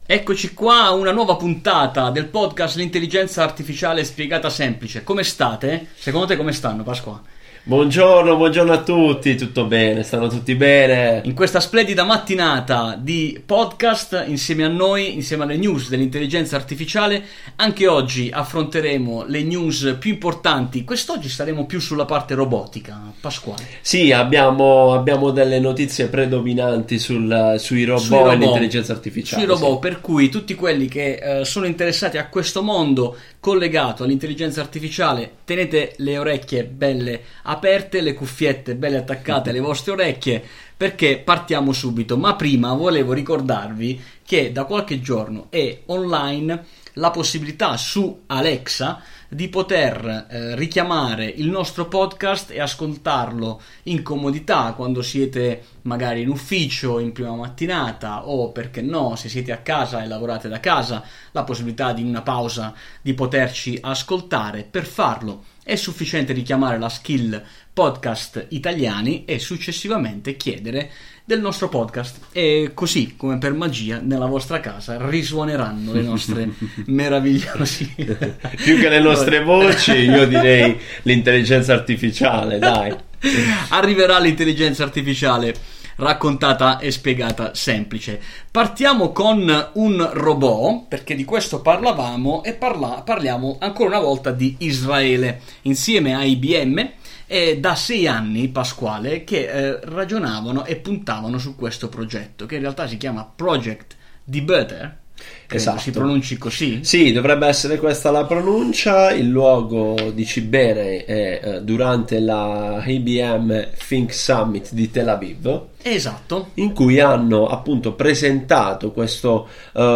Eccoci qua a una nuova puntata del podcast L'intelligenza artificiale spiegata semplice. Come state? Secondo te come stanno, Pasqua? Buongiorno a tutti, tutto bene, stanno tutti bene. In questa splendida mattinata di podcast, insieme a noi, insieme alle news dell'intelligenza artificiale, anche oggi affronteremo le news più importanti. Quest'oggi staremo più sulla parte robotica, Pasquale. Sì, abbiamo delle notizie predominanti sui robot e l'intelligenza artificiale. Sui robot, sì. Per cui tutti quelli che sono interessati a questo mondo collegato all'intelligenza artificiale, tenete le orecchie belle aperte, le cuffiette belle attaccate alle vostre orecchie, perché partiamo subito. Ma prima volevo ricordarvi che da qualche giorno è online la possibilità su Alexa di poter richiamare il nostro podcast e ascoltarlo in comodità quando siete magari in ufficio in prima mattinata, o perché no, se siete a casa e lavorate da casa, la possibilità di in una pausa di poterci ascoltare. Per farlo è sufficiente richiamare la skill podcast italiani e successivamente chiedere del nostro podcast, e così come per magia nella vostra casa risuoneranno le nostre meravigliosi più che le nostre voci, io direi l'intelligenza artificiale, dai. Arriverà l'intelligenza artificiale raccontata e spiegata semplice. Partiamo con un robot, perché di questo parlavamo, e parliamo ancora una volta di Israele insieme a IBM. È da 6 anni, Pasquale, che ragionavano e puntavano su questo progetto, che in realtà si chiama Project Debuter. Esatto. Si pronunci così? Sì, dovrebbe essere questa la pronuncia. Il luogo, dici bene, è durante la IBM Think Summit di Tel Aviv. Esatto. In cui hanno appunto presentato questo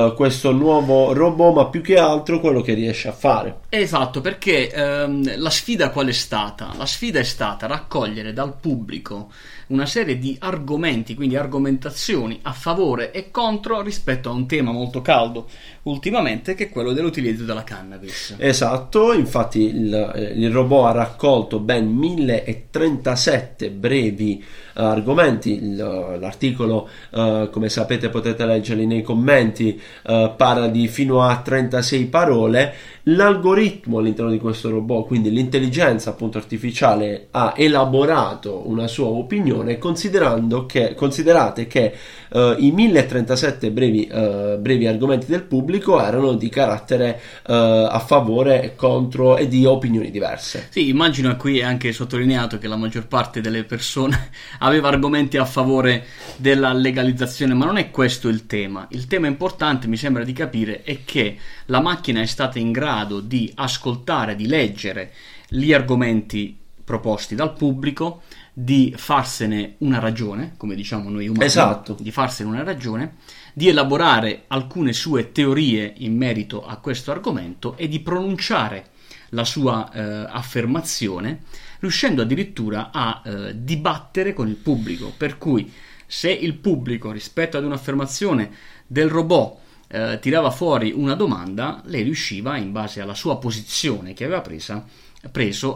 nuovo robot, ma più che altro quello che riesce a fare. Esatto, perché la sfida qual è stata? La sfida è stata raccogliere dal pubblico una serie di argomenti, quindi argomentazioni a favore e contro rispetto a un tema molto caldo ultimamente, che è quello dell'utilizzo della cannabis. Esatto, infatti il robot ha raccolto ben 1037 brevi argomenti. L'articolo, come sapete, potete leggerli nei commenti, parla di fino a 36 parole. L'algoritmo all'interno di questo robot, quindi l'intelligenza appunto artificiale, ha elaborato una sua opinione, considerate che i 1037 brevi argomenti del pubblico erano di carattere a favore e contro e di opinioni diverse. Sì, immagino qui è anche sottolineato che la maggior parte delle persone aveva argomenti a favore della legalizzazione, ma non è questo il tema. Il tema importante, mi sembra di capire, è che la macchina è stata in grado di ascoltare, di leggere gli argomenti proposti dal pubblico, di farsene una ragione, come diciamo noi umani. Esatto. Di farsene una ragione, di elaborare alcune sue teorie in merito a questo argomento e di pronunciare la sua affermazione, riuscendo addirittura a dibattere con il pubblico. Per cui se il pubblico, rispetto ad un'affermazione del robot, tirava fuori una domanda, lei riusciva, in base alla sua posizione che aveva preso,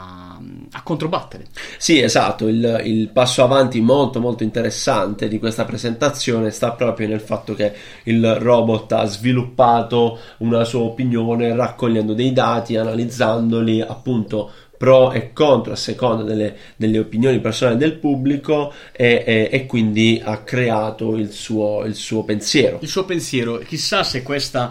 a controbattere. Sì, esatto. Il passo avanti molto molto interessante di questa presentazione sta proprio nel fatto che il robot ha sviluppato una sua opinione raccogliendo dei dati, analizzandoli appunto pro e contro a seconda delle opinioni personali del pubblico, e quindi ha creato il suo pensiero. Il suo pensiero. Chissà se questa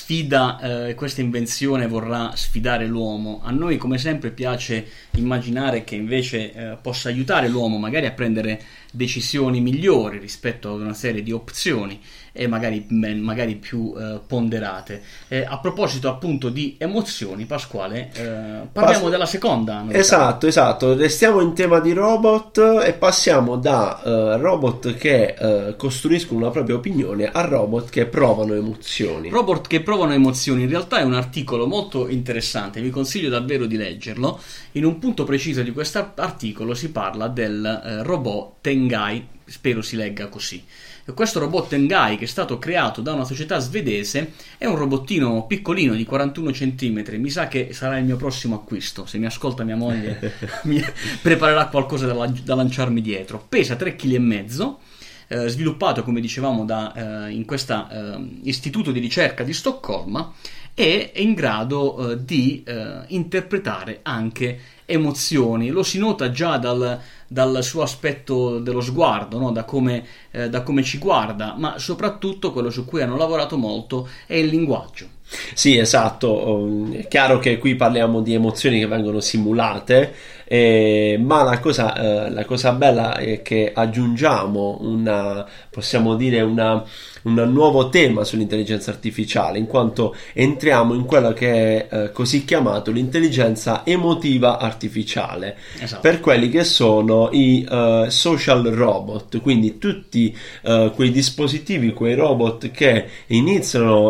sfida, questa invenzione vorrà sfidare l'uomo. A noi, come sempre, piace immaginare che invece possa aiutare l'uomo magari a prendere decisioni migliori rispetto ad una serie di opzioni e magari più ponderate. A proposito appunto di emozioni, Pasquale, parliamo della seconda novità. Esatto, restiamo in tema di robot e passiamo da robot che costruiscono una propria opinione a robot che provano emozioni. Robot che provano emozioni, in realtà è un articolo molto interessante, vi consiglio davvero di leggerlo. In un punto preciso di questo articolo si parla del robot Tengai, spero si legga così. Questo robot Tengai, che è stato creato da una società svedese, è un robottino piccolino di 41 cm. Mi sa che sarà il mio prossimo acquisto. Se mi ascolta mia moglie mi preparerà qualcosa da lanciarmi dietro. Pesa 3,5 kg, sviluppato, come dicevamo, in questo istituto di ricerca di Stoccolma, è in grado di interpretare anche emozioni. Lo si nota già dal suo aspetto dello sguardo, no? da come ci guarda, ma soprattutto quello su cui hanno lavorato molto è il linguaggio. Sì, esatto, è chiaro che qui parliamo di emozioni che vengono simulate, ma la cosa bella è che aggiungiamo possiamo dire un nuovo tema sull'intelligenza artificiale, in quanto entriamo in quello che è così chiamato l'intelligenza emotiva artificiale, Esatto. per quelli che sono i social robot, quindi tutti quei dispositivi, quei robot che iniziano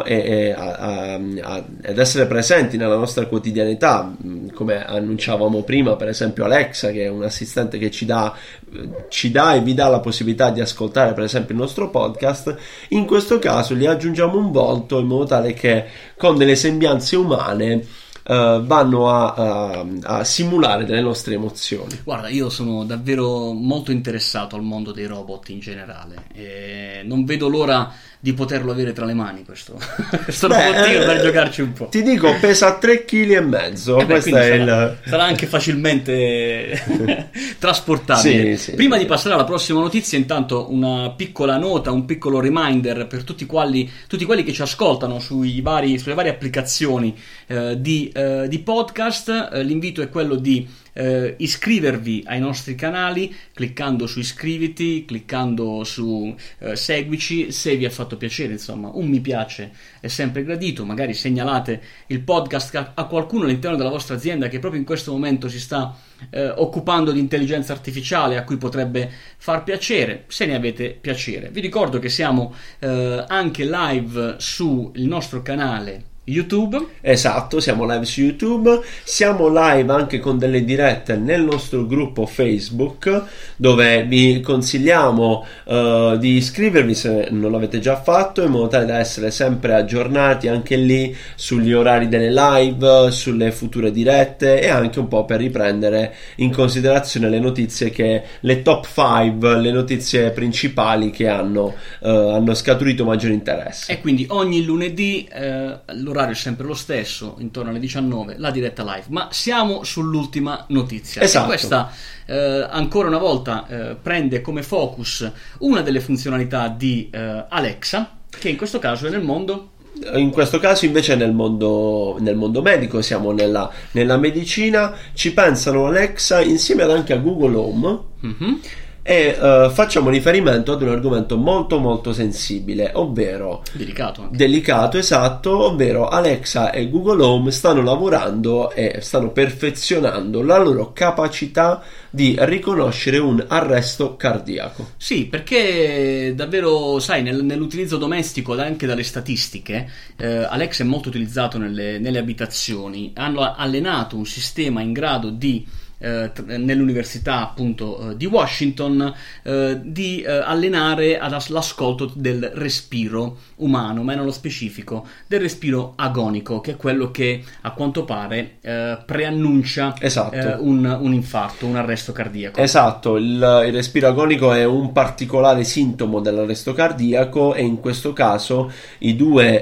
ad essere presenti nella nostra quotidianità, come annunciavamo prima, per esempio Alexa, che è un assistente che ci dà e vi dà la possibilità di ascoltare per esempio il nostro podcast. In questo caso gli aggiungiamo un volto in modo tale che con delle sembianze umane vanno a simulare delle nostre emozioni. Guarda, io sono davvero molto interessato al mondo dei robot in generale e non vedo l'ora di poterlo avere tra le mani questo robottino per giocarci un po'. Ti dico, pesa 3,5 kg. Questo è sarà anche facilmente trasportabile. Sì, Prima di passare alla prossima notizia, intanto una piccola nota, un piccolo reminder per tutti quelli che ci ascoltano sulle varie applicazioni di podcast. L'invito è quello di iscrivervi ai nostri canali cliccando su iscriviti, cliccando su seguici. Se vi ha fatto piacere, insomma, un mi piace è sempre gradito. Magari segnalate il podcast a qualcuno all'interno della vostra azienda che proprio in questo momento si sta occupando di intelligenza artificiale, a cui potrebbe far piacere, se ne avete piacere. Vi ricordo che siamo anche live sul nostro canale YouTube. Esatto, siamo live su YouTube, siamo live anche con delle dirette nel nostro gruppo Facebook, dove vi consigliamo di iscrivervi se non l'avete già fatto, in modo tale da essere sempre aggiornati anche lì sugli orari delle live, sulle future dirette e anche un po' per riprendere in considerazione le notizie le top 5, le notizie principali che hanno scaturito maggiore interesse. E quindi ogni lunedì l'orario è sempre lo stesso, intorno alle 19, la diretta live. Ma siamo sull'ultima notizia. Esatto. E questa ancora una volta prende come focus una delle funzionalità di Alexa, che in questo caso è nel mondo. In questo caso invece nel mondo medico, siamo nella medicina. Ci pensano Alexa insieme anche a Google Home. Mm-hmm. E facciamo riferimento ad un argomento molto molto sensibile, ovvero delicato, esatto, ovvero Alexa e Google Home stanno lavorando e stanno perfezionando la loro capacità di riconoscere un arresto cardiaco. Sì, perché davvero, sai, nell'utilizzo domestico, anche dalle statistiche, Alexa è molto utilizzato nelle abitazioni. Hanno allenato un sistema in grado di nell'università appunto di Washington di allenare all'ascolto del respiro umano, ma nello specifico del respiro agonico, che è quello che a quanto pare preannuncia esatto. Un infarto, un arresto cardiaco. Esatto, il respiro agonico è un particolare sintomo dell'arresto cardiaco e in questo caso i due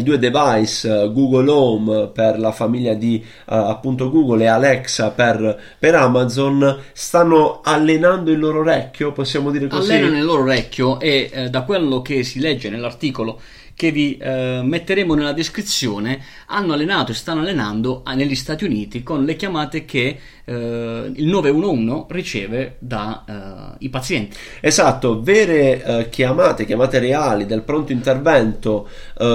device, Google Home per la famiglia di appunto Google e Alexa per Amazon, stanno allenando il loro orecchio, possiamo dire così? Allenano il loro orecchio e da quello che si legge nell'articolo che vi metteremo nella descrizione, hanno allenato e stanno allenando negli Stati Uniti con le chiamate che il 911 riceve dai pazienti. Esatto, vere chiamate reali del pronto intervento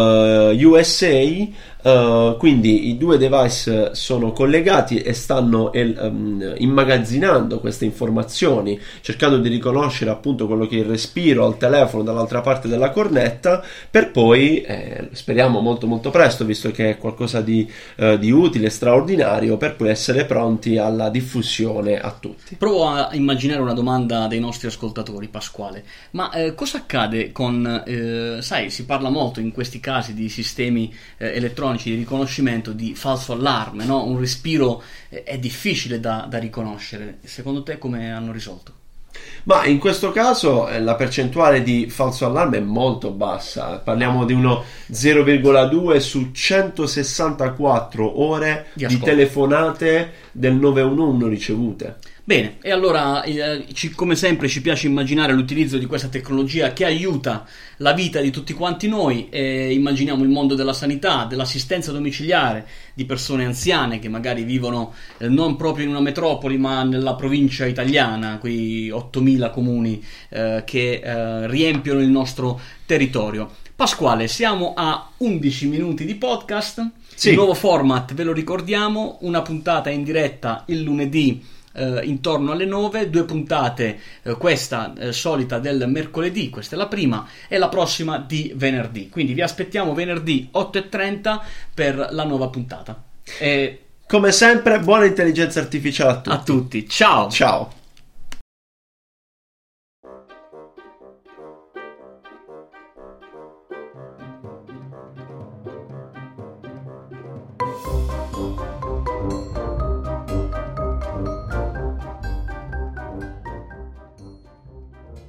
USA. Quindi i due device sono collegati e stanno immagazzinando queste informazioni, cercando di riconoscere appunto quello che è il respiro al telefono dall'altra parte della cornetta, per poi speriamo molto molto presto, visto che è qualcosa di utile, straordinario, per poi essere pronti alla diffusione a tutti. Provo a immaginare una domanda dei nostri ascoltatori, Pasquale, ma cosa accade con sai, si parla molto in questi casi di sistemi elettronici di riconoscimento di falso allarme, no? Un respiro è difficile da riconoscere. Secondo te come hanno risolto? Ma in questo caso la percentuale di falso allarme è molto bassa, parliamo di uno 0,2 su 164 ore di telefonate del 911 ricevute. Bene, e allora come sempre ci piace immaginare l'utilizzo di questa tecnologia che aiuta la vita di tutti quanti noi, e immaginiamo il mondo della sanità, dell'assistenza domiciliare di persone anziane che magari vivono non proprio in una metropoli ma nella provincia italiana, quei 8000 comuni che riempiono il nostro territorio. Pasquale, siamo a 11 minuti di podcast, sì. Il nuovo format ve lo ricordiamo, una puntata in diretta il lunedì intorno alle 9, 2 puntate, questa solita del mercoledì, questa è la prima, e la prossima di venerdì, quindi vi aspettiamo venerdì 8:30 per la nuova puntata. Come sempre, buona intelligenza artificiale a tutti. Ciao.